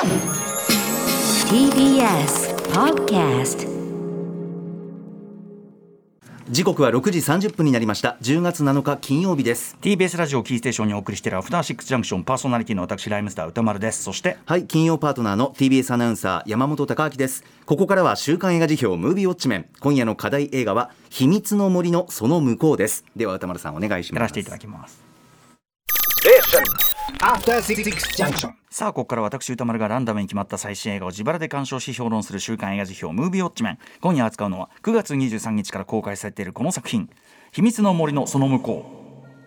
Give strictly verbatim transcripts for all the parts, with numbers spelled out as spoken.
ティービーエス Podcast。 時刻はろくじさんじゅっぷんになりました。じゅうがつなのか金曜日です。 ティービーエス ラジオキーステーションにお送りしているアフターシックスジャンクション、パーソナリティの私ライムスター歌丸です。そしてはい、金曜パートナーの ティービーエス アナウンサー山本貴明です。ここからは週刊映画辞表ムービーウォッチメン。今夜の課題映画は秘密の森のその向こうです。では歌丸さんお願いします。 やらせていただきます。 アフターシックスジャンクション。 さあここから私歌丸がランダムに決まった最新映画を自腹で鑑賞し評論する週刊映画辞表ムービーウォッチメン。今夜扱うのはくがつにじゅうさんにちから公開されているこの作品、秘密の森のその向こう。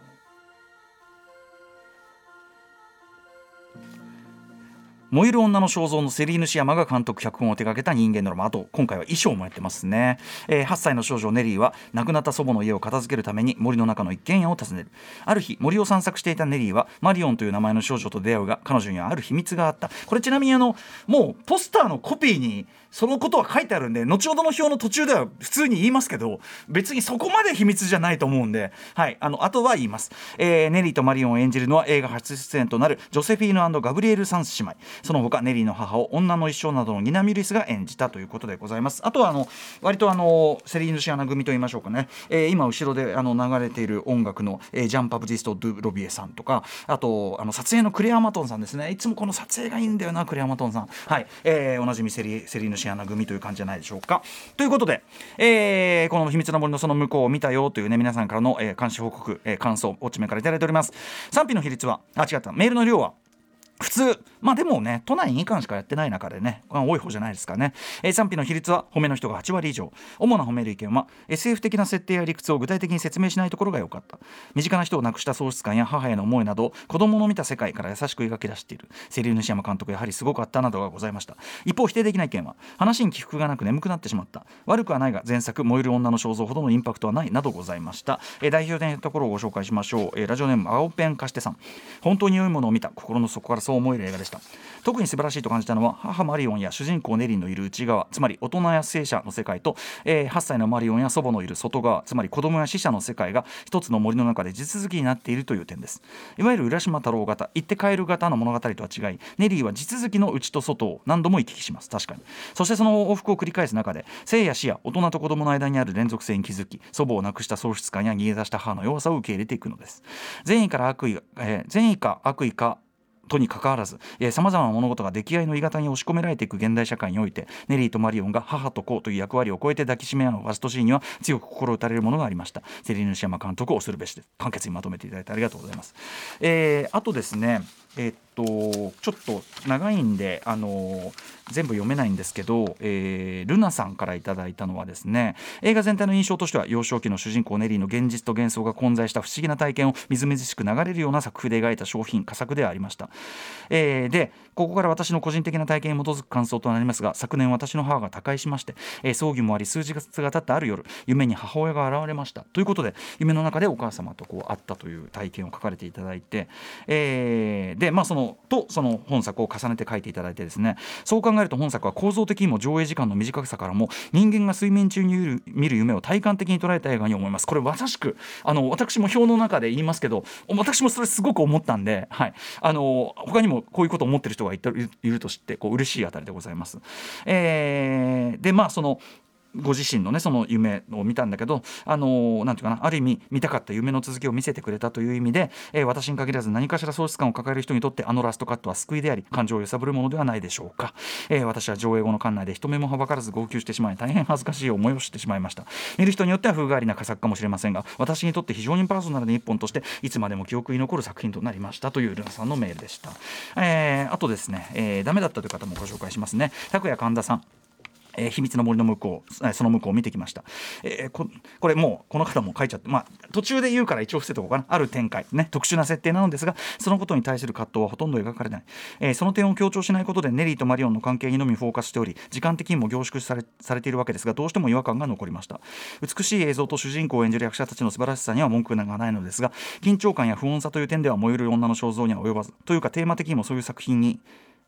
燃える女の肖像のセリーヌ・シアマが監督脚本を手掛けた人間ドラマ。あと今回は衣装もやってますね、えー、はっさいの少女ネリーは亡くなった祖母の家を片付けるために森の中の一軒家を訪ねる。ある日森を散策していたネリーはマリオンという名前の少女と出会うが、彼女にはある秘密があった。これちなみにあのもうポスターのコピーにそのことは書いてあるんで、後ほどの表の途中では普通に言いますけど、別にそこまで秘密じゃないと思うんで、はい、あの後は言います、えー、ネリーとマリオンを演じるのは映画初出演となるジョセフィーヌ&ガブリエル・サンス姉妹。その他ネリーの母を女の一生などのニナ・ミュリスが演じたということでございます。あとはあの割とあのセリーヌ・シアナ組といいましょうかね、えー、今後ろであの流れている音楽の、えー、ジャン・パブジスト・ドゥ・ロビエさんとか、あとあの撮影のクレア・マトンさんですね。いつもこの撮影がいいんだよな、クレア・マトンさん。はい、えー、おなじみセリ、セリーヌ・シアナ組という感じじゃないでしょうか。ということで、えー、この秘密の森のその向こうを見たよというね、皆さんからの、えー、監視報告、えー、感想ウォッチメンからいただいております。賛否の比率はあ違ったメールの量は普通、まあでもね都内にかんしかやってない中でね多い方じゃないですかね、えー、賛否の比率は褒めの人がはちわり以上。主な褒める意見は エスエフ 的な設定や理屈を具体的に説明しないところが良かった。身近な人を亡くした喪失感や母への思いなど子供の見た世界から優しく描き出しているセリーヌ・シアマ監督やはりすごかったなどがございました。一方否定的な意見は話に起伏がなく眠くなってしまった、悪くはないが前作燃える女の肖像ほどのインパクトはないなどございました。えー、代表的なところをご紹介しましょう。えー、ラジオネーム青ペン貸してさん。本当に良いものを見た、心の底からそう思える映画でした。特に素晴らしいと感じたのは母マリオンや主人公ネリーのいる内側、つまり大人や聖者の世界と、えー、はっさいのマリオンや祖母のいる外側、つまり子供や死者の世界が一つの森の中で地続きになっているという点です。いわゆる浦島太郎型、行って帰る型の物語とは違い、ネリーは地続きの内と外を何度も行き来します。確かに。そしてその往復を繰り返す中で生や死や大人と子供の間にある連続性に気づき、祖母を亡くした喪失感や逃げ出した母の弱さを受け入れていくのです。善意から悪意、えー、善意か悪意かとにかかわらずさまざまな物事が出来合いの鋳型に押し込められていく現代社会において、ネリーとマリオンが母と子という役割を超えて抱きしめ合うファストシーンには強く心打たれるものがありました。セリーヌ・シアマ監督を恐るべしです。簡潔にまとめていただいてありがとうございます。えー、あとですねえー、っとちょっと長いんで、あのー、全部読めないんですけど、えー、ルナさんからいただいたのはですね、映画全体の印象としては幼少期の主人公ネリーの現実と幻想が混在した不思議な体験をみずみずしく流れるような作風で描いた商品佳作ではありました。えー、でここから私の個人的な体験に基づく感想となりますが、昨年私の母が他界しまして、えー、葬儀もあり数日が経ったある夜、夢に母親が現れましたということで、夢の中でお母様とこう会ったという体験を書かれていただいて、えー、でまあそのとその本作を重ねて書いていただいてですね、そう考えると本作は構造的にも上映時間の短さからも人間が睡眠中に見る、見る夢を体感的に捉えた映画に思います。これまさしくあの私も表の中で言いますけど、私もそれすごく思ったんで、はい、あの他にもこういうことを思ってる人がいる、いると知ってこう嬉しいあたりでございます。えー、でまあそのご自身のねその夢を見たんだけど、あのー、なんていうかな、ある意味見たかった夢の続きを見せてくれたという意味で、えー、私に限らず何かしら喪失感を抱える人にとってあのラストカットは救いであり、感情を揺さぶるものではないでしょうか。えー、私は上映後の館内で人目もはばからず号泣してしまい、大変恥ずかしい思いをしてしまいました。見る人によっては風変わりな佳作かもしれませんが、私にとって非常にパーソナルな一本としていつまでも記憶に残る作品となりましたというルナさんのメールでした。えー、あとですね、えー、ダメだったという方もご紹介しますね。拓也神田さん、えー、秘密の森の向こう、その向こうを見てきました。えー、こ, これもうこの方も書いちゃって、まあ、途中で言うから一応伏せておこうかな。ある展開、ね、特殊な設定なのですが、そのことに対する葛藤はほとんど描かれない。えー、その点を強調しないことでネリーとマリオンの関係にのみフォーカスしており、時間的にも凝縮さ れ, されているわけですが、どうしても違和感が残りました。美しい映像と主人公を演じる役者たちの素晴らしさには文句がないのですが、緊張感や不穏さという点では燃える女の肖像には及ばず、というかテーマ的にもそういう作品に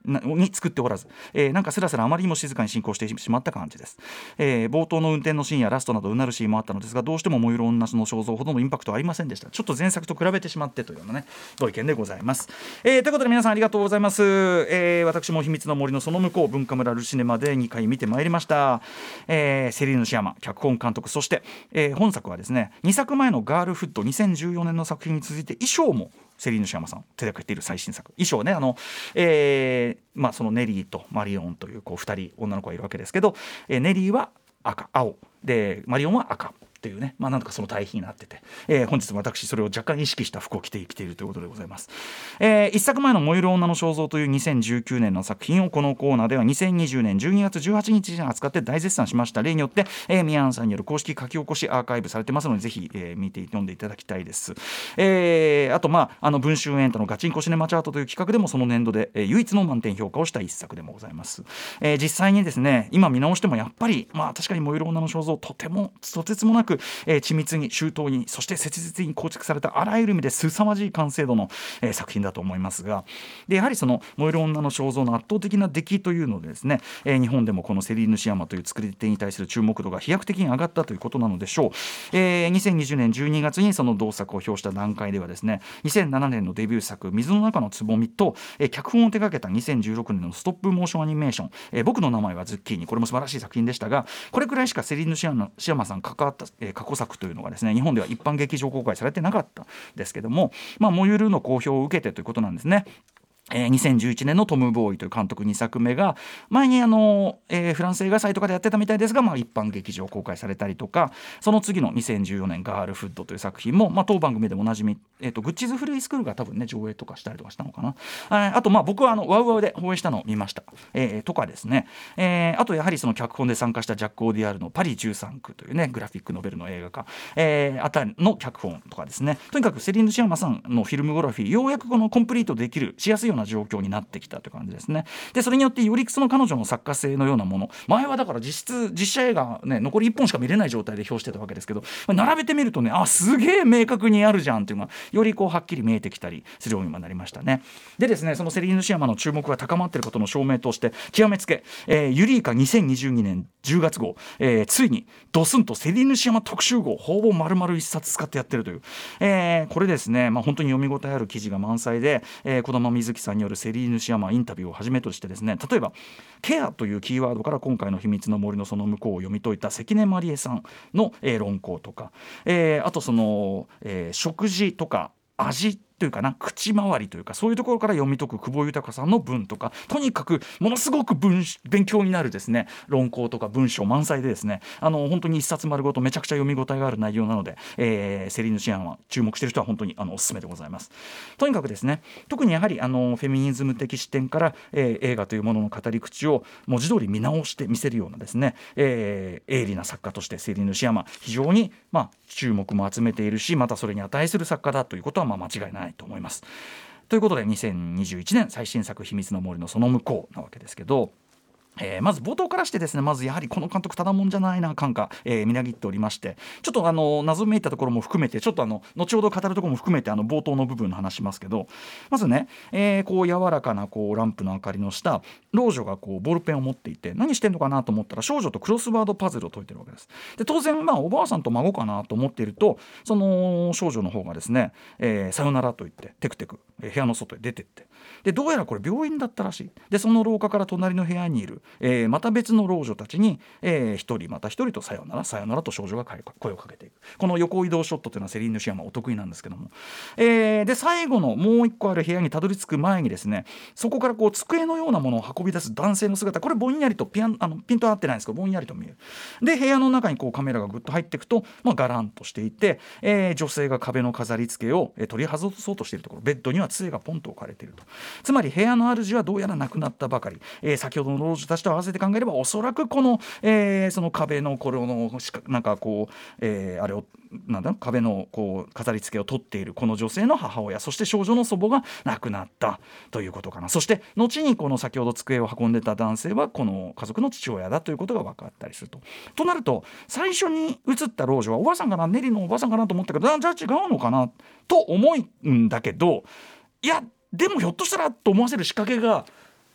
に作っておらず、えー、なんかスラスラあまりにも静かに進行してしまった感じです。えー、冒頭の運転のシーンやラストなどうなるシーンもあったのですが、どうしても燃ゆる女の肖像ほどのインパクトはありませんでした。ちょっと前作と比べてしまってというようなねご意見でございます。えー、ということで皆さんありがとうございます。えー、私も秘密の森のその向こう文化村ルシネマでにかい見てまいりました。えー、セリーヌ・シアマ脚本監督、そして、えー、本作はですねにさくまえのガールフッドにせんじゅうよねんの作品に続いて衣装もセリーヌ・シアマさん手掛けている最新作。衣装ね、あの、えーまあ、そのネリーとマリオンというこうふたり女の子がいるわけですけど、えー、ネリーは赤青でマリオンは赤っていうね、まあ、なんとかその対比になってて、えー、本日も私それを若干意識した服を着てきているということでございます。えー、いっさくまえの燃ゆる女の肖像というにせんじゅうきゅうねんの作品をこのコーナーではにせんにじゅうねんじゅうにがつじゅうはちにちに扱って大絶賛しました。例によって、えー、ミヤンさんによる公式書き起こしアーカイブされてますのでぜひ、えー、見て読んでいただきたいです。えー、あと、まあ、あの文春エンタのガチンコシネマチャートという企画でもその年度で、えー、唯一の満点評価をした一作でもございます。えー、実際にですね今見直してもやっぱり、まあ、確かに燃ゆる女の肖像とてもとてつもなく、えー、緻密に周到にそして切実に構築されたあらゆる意味で凄まじい完成度の、えー、作品だと思いますが、でやはりその燃える女の肖像の圧倒的な出来というのでですね、えー、日本でもこのセリーヌ・シアマという作り手に対する注目度が飛躍的に上がったということなのでしょう。えー、にせんにじゅうねんじゅうにがつにその同作を表した段階ではですねにせんななねんのデビュー作水の中のつぼみと、えー、脚本を手掛けたにせんじゅうろくねんのストップモーションアニメーション、えー、僕の名前はズッキーニ、これも素晴らしい作品でしたが、これくらいしかセリーヌ・シアマ、シアマさん関わった、えー、過去作というのがですね日本では一般劇場公開されてなかったんですけども、まあ、燃ゆるの好評を受けてということなんですね。えー、にせんじゅういちねんのトム・ボーイという監督にさくめが前にあの、えー、フランス映画祭とかでやってたみたいですが、まあ、一般劇場公開されたりとか、その次のにせんじゅうよねんガールフッドという作品も、まあ、当番組でもおなじみ、えー、とグッチズ・フリースクールが多分ね上映とかしたりとかしたのかな。あ, あとまあ僕はあのワウワウで放映したのを見ました、えー、とかですね、えー、あとやはりその脚本で参加したジャック・オーディアルのパリじゅうさんくというねグラフィックノベルの映画化、えー、あたりの脚本とかですね、とにかくセリーヌ・シアマさんのフィルムグラフィーようやくこのコンプリートできるしやすいような状況になってきたという感じですね。でそれによってよりその彼女の作家性のようなもの、前はだから実質実写映画ね残りいっぽんしか見れない状態で表してたわけですけど、並べてみるとねあすげえ明確にあるじゃんっていうのがよりこうはっきり見えてきたりするようにもなりましたね。でですねそのセリーヌ・シアマの注目が高まっていることの証明として極めつけ、えー、ユリーカにせんにじゅうにねんじゅうがつ号、えー、ついにドスンとセリーヌ・シアマ特集号ほぼ丸々一冊使ってやってるという、えー、これですね、まあ、本当に読み応えある記事が満載で、えー、児玉瑞希さんによるセリーヌ・シアマインタビューをはじめとしてですね、例えばケアというキーワードから今回の秘密の森のその向こうを読み解いた関根麻里絵さんの、えー、論考とか、えー、あとその、えー、食事とか味というかな口周りというかそういうところから読み解く久保豊さんの文とか、とにかくものすごく文勉強になるですね論考とか文章満載でですね、あの本当に一冊丸ごとめちゃくちゃ読み応えがある内容なので、えー、セリーヌ・シアマは注目している人は本当にあのおすすめでございます。とにかくですね特にやはりあのフェミニズム的視点から、えー、映画というものの語り口を文字通り見直して見せるようなですね、えー、鋭利な作家としてセリーヌ・シアマ非常に、まあ、注目も集めているし、またそれに値する作家だということはまあ間違いないと思います。ということでにせんにじゅういちねん最新作秘密の森のその向こうなわけですけど、えー、まず冒頭からしてですねまずやはりこの監督ただもんじゃないな感が、えー、みなぎっておりまして、ちょっとあの謎めいたところも含めてちょっとあの後ほど語るところも含めてあの冒頭の部分の話しますけど、まずね、えー、こう柔らかなこうランプの明かりの下老女がこうボールペンを持っていて何してんのかなと思ったら少女とクロスワードパズルを解いてるわけです。で当然まあおばあさんと孫かなと思っているとその少女の方がですね、えー、さよならと言ってテクテク、えー、部屋の外へ出てって、でどうやらこれ病院だったらしい。でその廊下から隣の部屋にいる、えー、また別の老女たちに、えー、一人また一人とさよならさよならと少女が声をかけていく、この横移動ショットというのはセリーヌ・シアマお得意なんですけども、えー、で最後のもう一個ある部屋にたどり着く前にですねそこからこう机のようなものを運び出す男性の姿、これぼんやりとピアンあのピント合ってないんですけどぼんやりと見える。で部屋の中にこうカメラがぐっと入っていくと、まあ、ガランとしていて、えー、女性が壁の飾り付けを、えー、取り外そうとしているところ、ベッドには杖がポンと置かれていると。つまり部屋の主はどうやら亡くなったばかり、えー、先ほどの老女たちと合わせて考えればおそらくこの、えー、その壁のこれのなんかこう、えー、あれをなんだ壁のこう飾り付けを取っているこの女性の母親、そして少女の祖母が亡くなったということかな。そして後にこの先ほど机を運んでた男性はこの家族の父親だということが分かったりすると。となると最初に映った老女はおばあさんかな、ネリのおばあさんかなと思ったけど、じゃあ違うのかなと思うんだけど、いやでもひょっとしたらと思わせる仕掛けが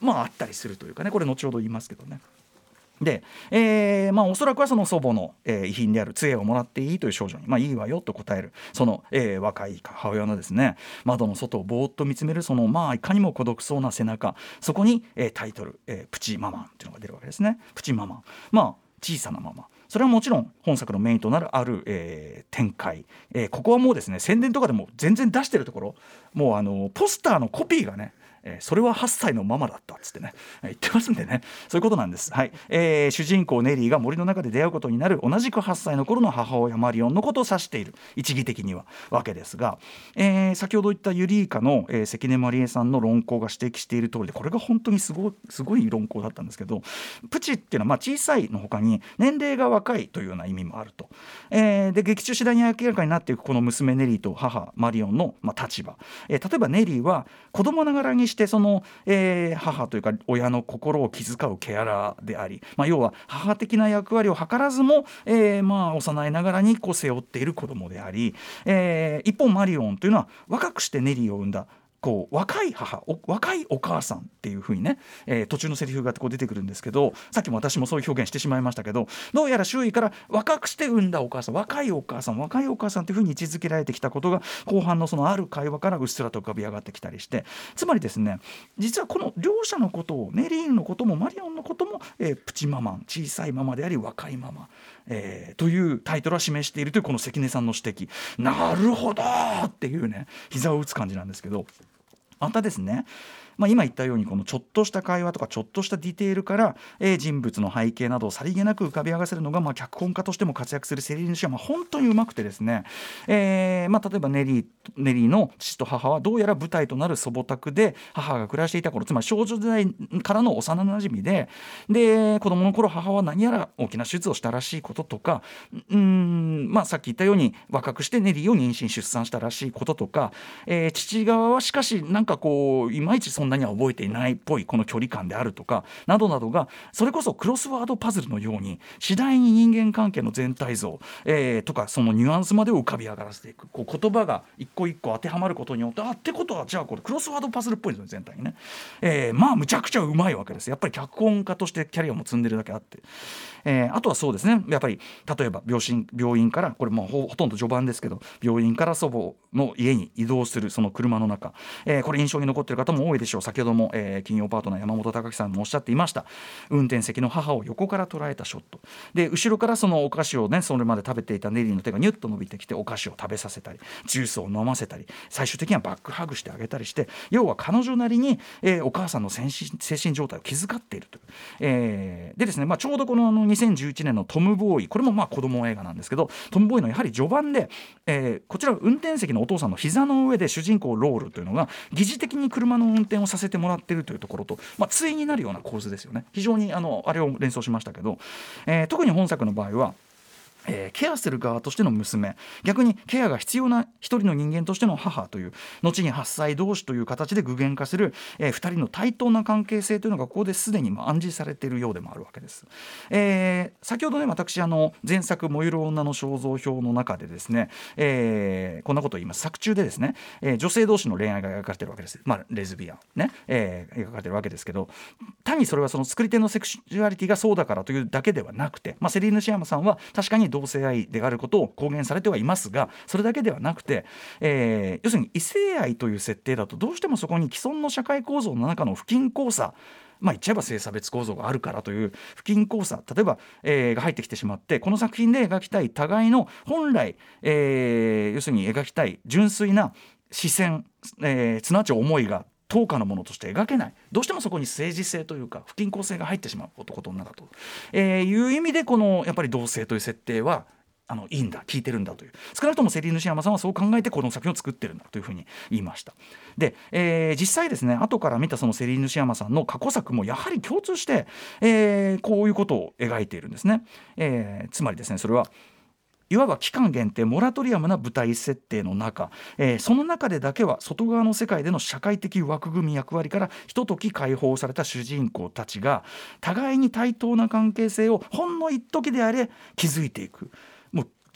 まああったりするというかね、これ後ほど言いますけどね。で、えーまあ、おそらくはその祖母の、えー、遺品である杖をもらっていいという少女に、まあ、いいわよと答えるその、えー、若い母親のですね、窓の外をぼーっと見つめるその、まあ、いかにも孤独そうな背中、そこに、えー、タイトル、えー、プチママンというのが出るわけですね。プチママン、まあ小さなママ、それはもちろん本作のメインとなるある、えー、展開、えー、ここはもうですね、宣伝とかでも全然出してるところ、もうあのポスターのコピーがね、えー、それははっさいのママだったっつってね、えー、言ってますんでね、そういうことなんです、はい。えー、主人公ネリーが森の中で出会うことになる同じくはっさいの頃の母親マリオンのことを指している一義的にはわけですが、えー、先ほど言ったユリイカの、えー、関根麻里絵さんの論考が指摘している通りで、これが本当にすごい、すごい論考だったんですけど、プチっていうのはまあ小さいの他に年齢が若いというような意味もあると、えー、で劇中次第に明らかになっていくこの娘ネリーと母マリオンの、まあ、立場、えー、例えばネリーは子供ながらにしてその、えー、母というか親の心を気遣うケアラーであり、まあ、要は母的な役割を図らずも、えー、まあ幼いながらにこう背負っている子供であり、えー、一方マリオンというのは若くしてネリーを産んだこう若い母、若いお母さんっていう風にね、えー、途中のセリフがこう出てくるんですけど、さっきも私もそういう表現してしまいましたけど、どうやら周囲から若くして産んだお母さん、若いお母さん、若いお母さんという風に位置づけられてきたことが後半のそのある会話からうっすらと浮かび上がってきたりして、つまりですね、実はこの両者のことを、ネリーのこともマリオンのことも、えー、プチママン、小さいママであり若いママ、えー、というタイトルは示しているというこの関根さんの指摘、なるほどっていうね、膝を打つ感じなんですけど、またですね、まあ、今言ったようにこのちょっとした会話とかちょっとしたディテールから、えー、人物の背景などをさりげなく浮かび上がせるのが、まあ、脚本家としても活躍するセリーヌ・シアマン、本当にうまくてですね、えーまあ、例えばネリー、ネリーの父と母はどうやら舞台となる祖母宅で母が暮らしていた頃、つまり少女時代からの幼なじみで、で子供の頃母は何やら大きな手術をしたらしいこととか、うーん、まあ、さっき言ったように若くしてネリーを妊娠出産したらしいこととか、えー、父側はしかしなんかこういまいちそんなには覚えていないっぽいこの距離感であるとかなどなどが、それこそクロスワードパズルのように次第に人間関係の全体像、えー、とかそのニュアンスまでを浮かび上がらせていく、こう言葉が一個一個当てはまることによって、あってことはじゃあこれクロスワードパズルっぽいんですよ全体にね、えー、まあむちゃくちゃうまいわけです。やっぱり脚本家としてキャリアも積んでるだけあって、えー、あとはそうですね、やっぱり例えば病院、病院からこれもう ほ, ほとんど序盤ですけど、病院から祖母の家に移動するその車の中、えー、これ印象に残っている方も多いでしょう。先ほども、えー、金曜パートナー山本隆樹さんもおっしゃっていました。運転席の母を横から捉えたショットで、後ろからそのお菓子をね、それまで食べていたネリーの手がニュッと伸びてきてお菓子を食べさせたりジュースを飲ませたり、最終的にはバックハグしてあげたりして、要は彼女なりに、えー、お母さんの精神、精神状態を気遣っているという、えー、でですね、まあ、ちょうどこの、あのにせんじゅういちねんのトムボーイ、これもまあ子供映画なんですけど、トムボーイのやはり序盤で、えー、こちら運転席のお父さんの膝の上で主人公ロールというのが疑似的に車の運転をさせてもらっているというところと、まあ、対になるような構図ですよね。非常に あのあれを連想しましたけど、えー、特に本作の場合はえー、ケアする側としての娘、逆にケアが必要な一人の人間としての母という、後にはっさい同士という形で具現化する、えー、ふたりの対等な関係性というのがここですでに暗示されているようでもあるわけです。えー、先ほどね、私あの前作燃える女の肖像表の中でですね、えー、こんなことを言います。作中でですね、えー、女性同士の恋愛が描かれているわけです。まあ、レズビアンね、えー、描かれているわけですけど、単にそれはその作り手のセクシュアリティがそうだからというだけではなくて、まあ、セリーヌ・シアマさんは確かに同性愛であることを公言されてはいますが、それだけではなくて、えー、要するに異性愛という設定だとどうしてもそこに既存の社会構造の中の不均衡さ、まあ、言っちゃえば性差別構造があるからという不均衡さ、例えば、えー、が入ってきてしまって、この作品で描きたい互いの本来、えー、要するに描きたい純粋な視線、えー、すなわち思いが等価のものとして描けない、どうしてもそこに政治性というか不均衡性が入ってしまうことになると、えー、いう意味でこのやっぱり同性という設定はあのいいんだ、効いてるんだという、少なくともセリーヌ・シアマさんはそう考えてこの作品を作ってるんだというふうに言いました。で、えー、実際ですね、後から見たそのセリーヌ・シアマさんの過去作もやはり共通して、えー、こういうことを描いているんですね。えー、つまりですね、それはいわば期間限定モラトリアムな舞台設定の中、えー、その中でだけは外側の世界での社会的枠組み役割からひととき解放された主人公たちが互いに対等な関係性をほんの一時であれ築いていく、もうずっ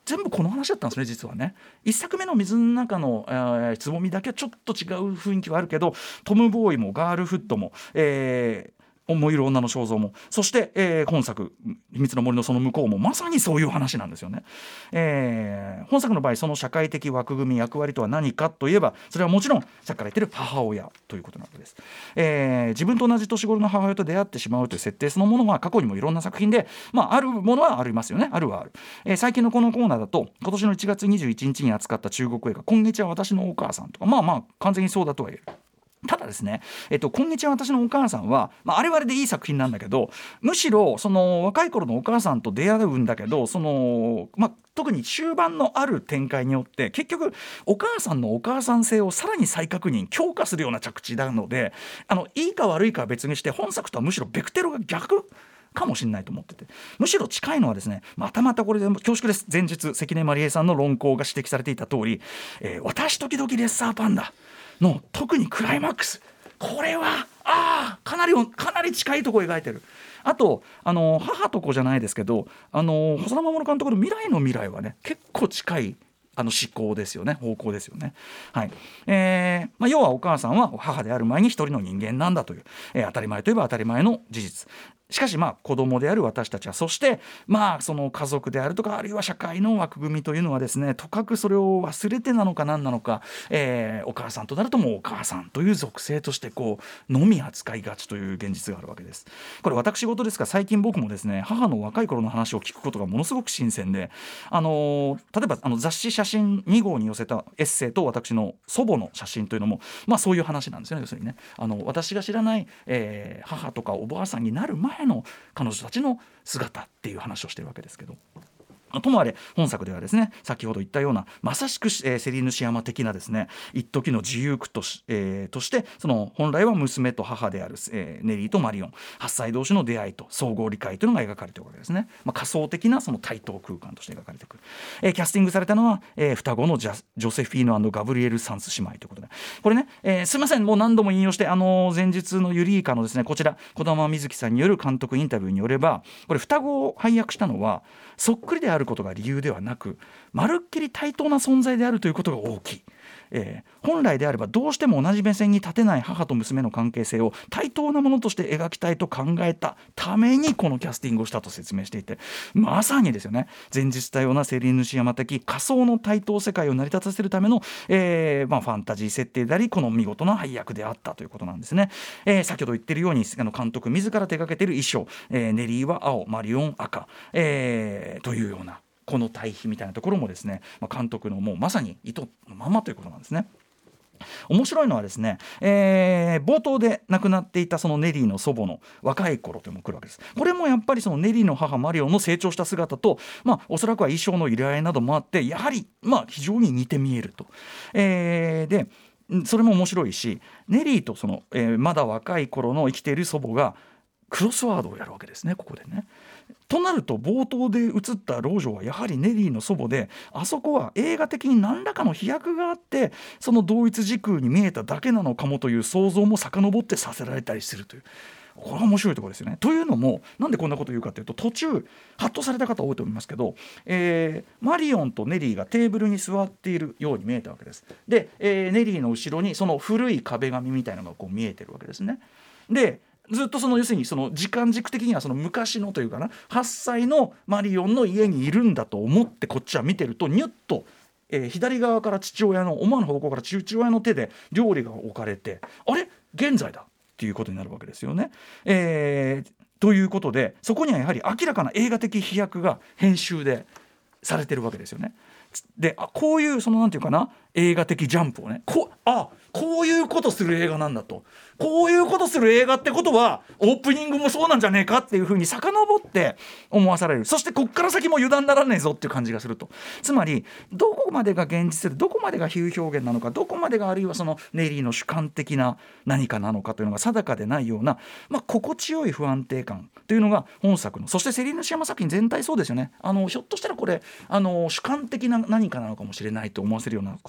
全部この話だったんですね実はね。いっさくめの水の中の、えー、つぼみだけはちょっと違う雰囲気はあるけど、トムボーイもガールフッドも、えー燃える女の肖像も、そして、えー、本作秘密の森のその向こうもまさにそういう話なんですよね。えー、本作の場合その社会的枠組み役割とは何かといえば、それはもちろんさっきから言ってる母親ということなわけです。えー、自分と同じ年頃の母親と出会ってしまうという設定そのものは過去にもいろんな作品で、まあ、あるものはありますよね。あるはある、えー、最近のこのコーナーだと今年のいちがつにじゅういちにちに扱った中国映画今日は私のお母さんとか、まあまあ完全にそうだとは言える。ただですね、えっと、今日は私のお母さんは、まあ、あれはあれでいい作品なんだけど、むしろその若い頃のお母さんと出会うんだけど、その、まあ、特に終盤のある展開によって結局お母さんのお母さん性をさらに再確認強化するような着地なので、あのいいか悪いかは別にして本作とはむしろベクテルが逆かもしれないと思ってて、むしろ近いのはですね、またまたこれで恐縮です、前日関根麻里絵さんの論考が指摘されていた通り、えー、私時々レッサーパンダの特にクライマックス、これはあかなりかなり近いところを描いてる。あとあの母と子じゃないですけど、あの細田守監督の未来の未来はね結構近いあの思考ですよね、方向ですよね。はい、えーまあ、要はお母さんは母である前に一人の人間なんだという、えー、当たり前といえば当たり前の事実。しかしまあ子供である私たちは、そしてまあその家族であるとか、あるいは社会の枠組みというのはですね、とかくそれを忘れてなのか何なのか、えー、お母さんとなるともうお母さんという属性としてこうのみ扱いがちという現実があるわけです。これ私事ですが、最近僕もですね母の若い頃の話を聞くことがものすごく新鮮で、あのー、例えばあの雑誌写真に号に寄せたエッセイと私の祖母の写真というのも、まあ、そういう話なんですよね。要するにね、あの私が知らない、えー、母とかおばあさんになる前の彼女たちの姿っていう話をしてるわけですけど、ともあれ本作ではですね、先ほど言ったようなまさしく、えー、セリーヌシヤマ的なですね一時の自由句とし、えー、としてその本来は娘と母である、えー、ネリーとマリオンはっさい同士の出会いと総合理解というのが描かれているわけですね。まあ、仮想的なその対等空間として描かれてくる、えー、キャスティングされたのは、えー、双子のジャ、ジョセフィーノ&ガブリエル・サンス姉妹ということで、これね、えー、すいませんもう何度も引用して、あのー、前日のユリイカのですねこちら児玉瑞希さんによる監督インタビューによれば、これ双子を配役したのはそっくりであることが理由ではなく、まるっきり対等な存在であるということが大きい。えー、本来であればどうしても同じ目線に立てない母と娘の関係性を対等なものとして描きたいと考えたためにこのキャスティングをしたと説明していて、まさにですよね、前日したようなセリーヌシヤマ的仮想の対等世界を成り立たせるための、えーまあ、ファンタジー設定であり、この見事な配役であったということなんですね。えー、先ほど言っているようにあの監督自ら手掛けている衣装、えー、ネリーは青、マリオン赤、えー、というようなこの対比みたいなところもですね、まあ、監督のもうまさに意図のままということなんですね。面白いのはですね、えー、冒頭で亡くなっていたそのネリーの祖母の若い頃というのも来るわけです。これもやっぱりそのネリーの母マリオンの成長した姿と、まあ、おそらくは衣装の依頼などもあってやはりまあ非常に似て見えると、えー、でそれも面白いし、ネリーとその、えー、まだ若い頃の生きている祖母がクロスワードをやるわけですね、ここでね。となると冒頭で映った老女はやはりネリーの祖母で、あそこは映画的に何らかの飛躍があってその同一時空に見えただけなのかもという想像も遡ってさせられたりするという、これは面白いところですよね。というのもなんでこんなこと言うかというと、途中ハッとされた方多いと思いますけど、えー、マリオンとネリーがテーブルに座っているように見えたわけです。で、えー、ネリーの後ろにその古い壁紙みたいなのがこう見えてるわけですね。でずっとその要するにその時間軸的にはその昔のというかなはっさいのマリオンの家にいるんだと思ってこっちは見てると、ニュッと、えー、左側から父親の思わぬ方向から父親の手で料理が置かれて、あれ現在だっていうことになるわけですよね。えー、ということでそこにはやはり明らかな映画的飛躍が編集でされてるわけですよね。であこういうそのなんていうかな映画的ジャンプをね、こあこういうことする映画なんだと、こういうことする映画ってことはオープニングもそうなんじゃねえかっていう風に遡って思わされる。そしてこっから先も油断ならねえぞっていう感じがすると、つまりどこまでが現実でどこまでが比喩表現なのか、どこまでがあるいはそのネリーの主観的な何かなのかというのが定かでないような、まあ、心地よい不安定感というのが本作の、そしてセリーヌシヤマ作品全体そうですよね。あのひょっとしたらこれあの主観的な何かなのかもしれないと思わせるようなこと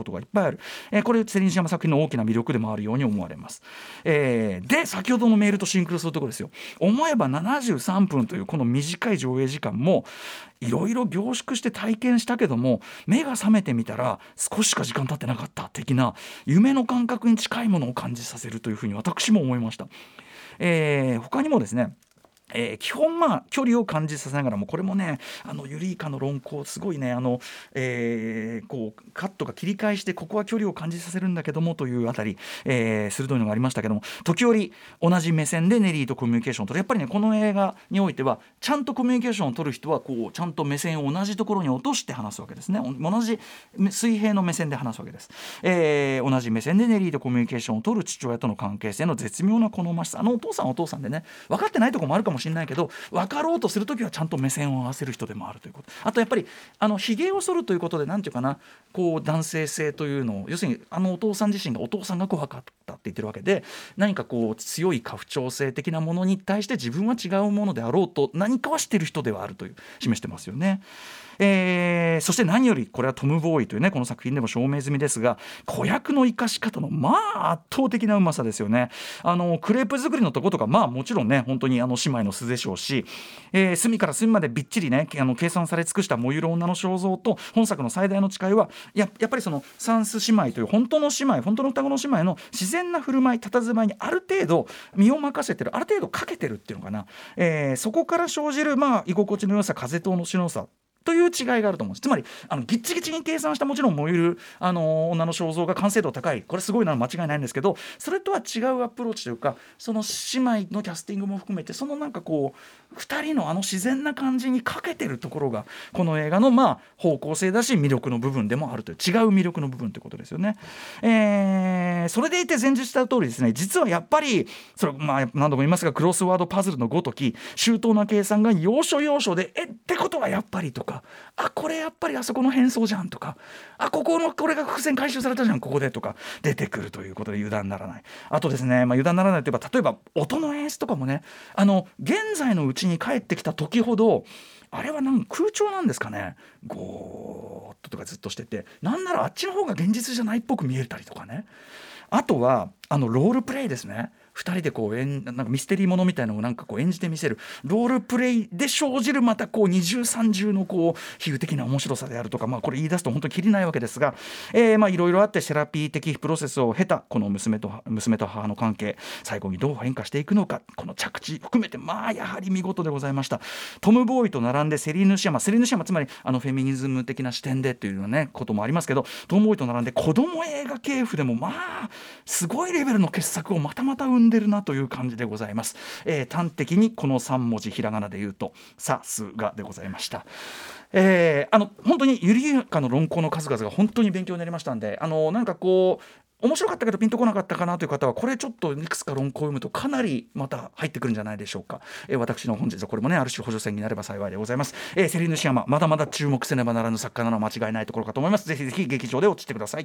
ことがいっぱいある、えー、これセリヌシヤマ作品の大きな魅力でもあるように思われます、えー、で先ほどのメールとシンクロするところですよ。思えばななじゅうさんぷんというこの短い上映時間もいろいろ凝縮して体験したけども、目が覚めてみたら少ししか時間経ってなかった的な夢の感覚に近いものを感じさせるというふうに私も思いました。えー、他にもですね、えー、基本まあ距離を感じさせながらも、これもねあのユリイカの論考すごいね、あの、えー、こうカットが切り返してここは距離を感じさせるんだけどもというあたり、えー、鋭いのがありましたけども、時折同じ目線でネリーとコミュニケーションを取る。やっぱりねこの映画においてはちゃんとコミュニケーションを取る人はこうちゃんと目線を同じところに落として話すわけですね。同じ水平の目線で話すわけです、えー、同じ目線でネリーとコミュニケーションを取る父親との関係性の絶妙な好ましさ。あのお父さんはお父さんでね分かってないところもあるかもしれないけど、分かろうとするときはちゃんと目線を合わせる人でもあるということ。あとやっぱりあのひげを剃るということでなんていうかな、こう男性性というのを、要するにあのお父さん自身がお父さんが怖かったって言ってるわけで、何かこう強い家父長制的なものに対して自分は違うものであろうと何かはしている人ではあるという示してますよね。えー、そして何よりこれはトム・ボーイというねこの作品でも証明済みですが、子役の生かし方のまあ圧倒的なうまさですよね。あのクレープ作りのとことかまあもちろんね本当にあの姉妹の素でしょうし、えー、隅から隅までびっちりねあの計算され尽くした燃ゆる女の肖像と本作の最大の違いは や, やっぱりそのサンス姉妹という本当の姉妹本当の双子の姉妹の自然な振る舞い佇まいにある程度身を任せてる、ある程度かけてるっていうのかな、えー、そこから生じるまあ居心地の良さ、風通しの良さという違いがあると思うんです。つまりあのギッチギチに計算したもちろん燃えるあの女の肖像が完成度高い、これすごいのは間違いないんですけど、それとは違うアプローチというか、その姉妹のキャスティングも含めてそのなんかこうふたりのあの自然な感じにかけてるところがこの映画のまあ方向性だし魅力の部分でもあるという、違う魅力の部分ということですよね。えー、それでいて前述した通りですね、実はやっぱりそれ、まあ、何度も言いますがクロスワードパズルのごとき周到な計算が要所要所でえってことはやっぱりとか、あこれやっぱりあそこの変装じゃんとか、あここのこれが伏線回収されたじゃんここでとか出てくるということで油断ならない。あとですね、まあ、油断ならないといえば例えば音の演出とかもね、あの現在のうちに帰ってきた時ほどあれはなん空調なんですかね、ゴーッととかずっとしてて、なんならあっちの方が現実じゃないっぽく見えたりとかね。あとはあのロールプレイですね。ふたりでこうなんかミステリーものみたいなのをなんかこう演じてみせるロールプレイで生じるまたこう二重三重のこう比喩的な面白さであるとか、まあこれ言い出すと本当にきりないわけですが、えー、まあいろいろあってセラピー的プロセスを経たこの娘と娘と母の関係、最後にどう変化していくのか、この着地含めてまあやはり見事でございました。トム・ボーイと並んでセリーヌ・シアマセリーヌ・シアマつまりあのフェミニズム的な視点でというような、ね、こともありますけど、トム・ボーイと並んで子供映画系譜でもまあすごいレベルの傑作をまたまた生んでるなという感じでございます。えー、端的にこのさん文字ひらがなで言うとさすがでございました。えー、あの本当にユリイカの論考の数々が本当に勉強になりましたんで、あのなんかこう面白かったけどピンとこなかったかなという方はこれちょっといくつか論考を読むとかなりまた入ってくるんじゃないでしょうか。えー、私の本日はこれもねある種補助線になれば幸いでございます。えー、セリーヌ・シアマまだまだ注目せねばならぬ作家なのは間違いないところかと思います。ぜひぜひ劇場で落ちてください。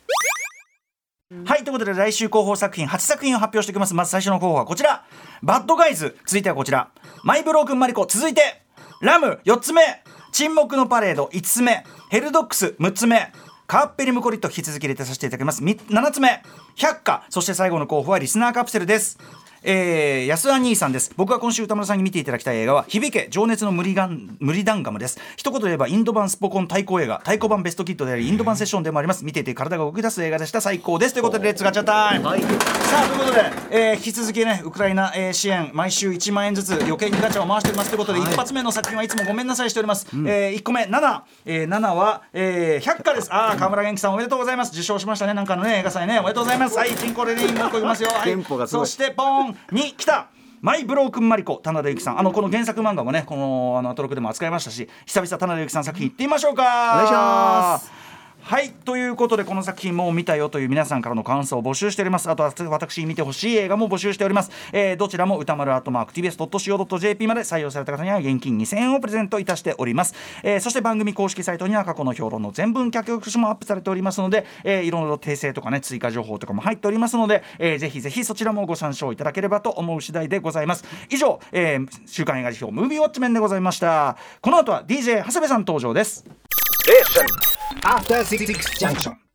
はい、ということで来週広報作品はちさく品を発表していきます。まず最初の候補はこちら、バッドガイズ。続いてはこちら、マイブロークンマリコ。続いてラムよっつめ、沈黙のパレードいつつめ、ヘルドックスむっつめ、カーペリムコリット引き続き入れてさせていただきます。ななつめ百花。そして最後の候補はリスナーカプセルです。えー、安兄さんです。僕が今週歌村さんに見ていただきたい映画は響け情熱の無理ガン無理ダンガムです。一言で言えばインド版スポコン対抗映画、太鼓版ベストキットでありインド版セッションでもあります。見ていて体が動き出す映画でした。最高です。ということでレッツガチャタイム、はい、さあということで、えー、引き続きねウクライナ、えー、支援毎週いちまんえんずつ余計にガチャを回しておりますということで、はい、一発目の作品はいつもごめんなさいしております。うん、えー、いっこめなな、えー、ななは、えー、百花です。ああ河村元気さんおめでとうございます。受賞しましたね、なんかのね映画祭ね、おめでとうございます。はい、チンコレリンもう一個いきますよ。はい、そしてポーンに来たマイブロークンマリコ、棚田由紀さん。あのこの原作漫画もねこのあのアトロクでも扱いましたし、久々棚田由紀さん作品いってみましょうか。 お願いします。 はい、ということでこの作品もう見たよという皆さんからの感想を募集しております。あとは私見てほしい映画も募集しております。えー、どちらも歌丸アットマーク ティービーエスドットシーオードットジェーピー まで採用された方には現金にせんえんをプレゼントいたしております。えー、そして番組公式サイトには過去の評論の全文脚色書もアップされておりますので、えー、いろいろ訂正とかね追加情報とかも入っておりますので、えー、ぜひぜひそちらもご参照いただければと思う次第でございます。以上、えー、週刊映画辞表ムービーウォッチメンでございました。この後は ディージェー 長谷部さん登場です。 After Six Junction.